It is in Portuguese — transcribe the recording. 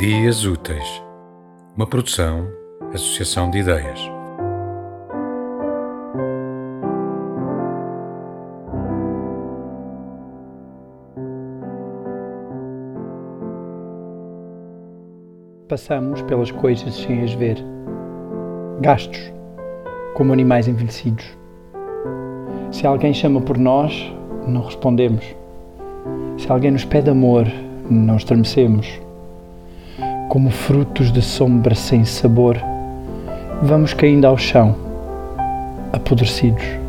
Dias Úteis, uma produção, associação de ideias. Passamos pelas coisas sem as ver, gastos, como animais envelhecidos. Se alguém chama por nós, não respondemos. Se alguém nos pede amor, não estremecemos. Como frutos de sombra sem sabor, vamos caindo ao chão, apodrecidos.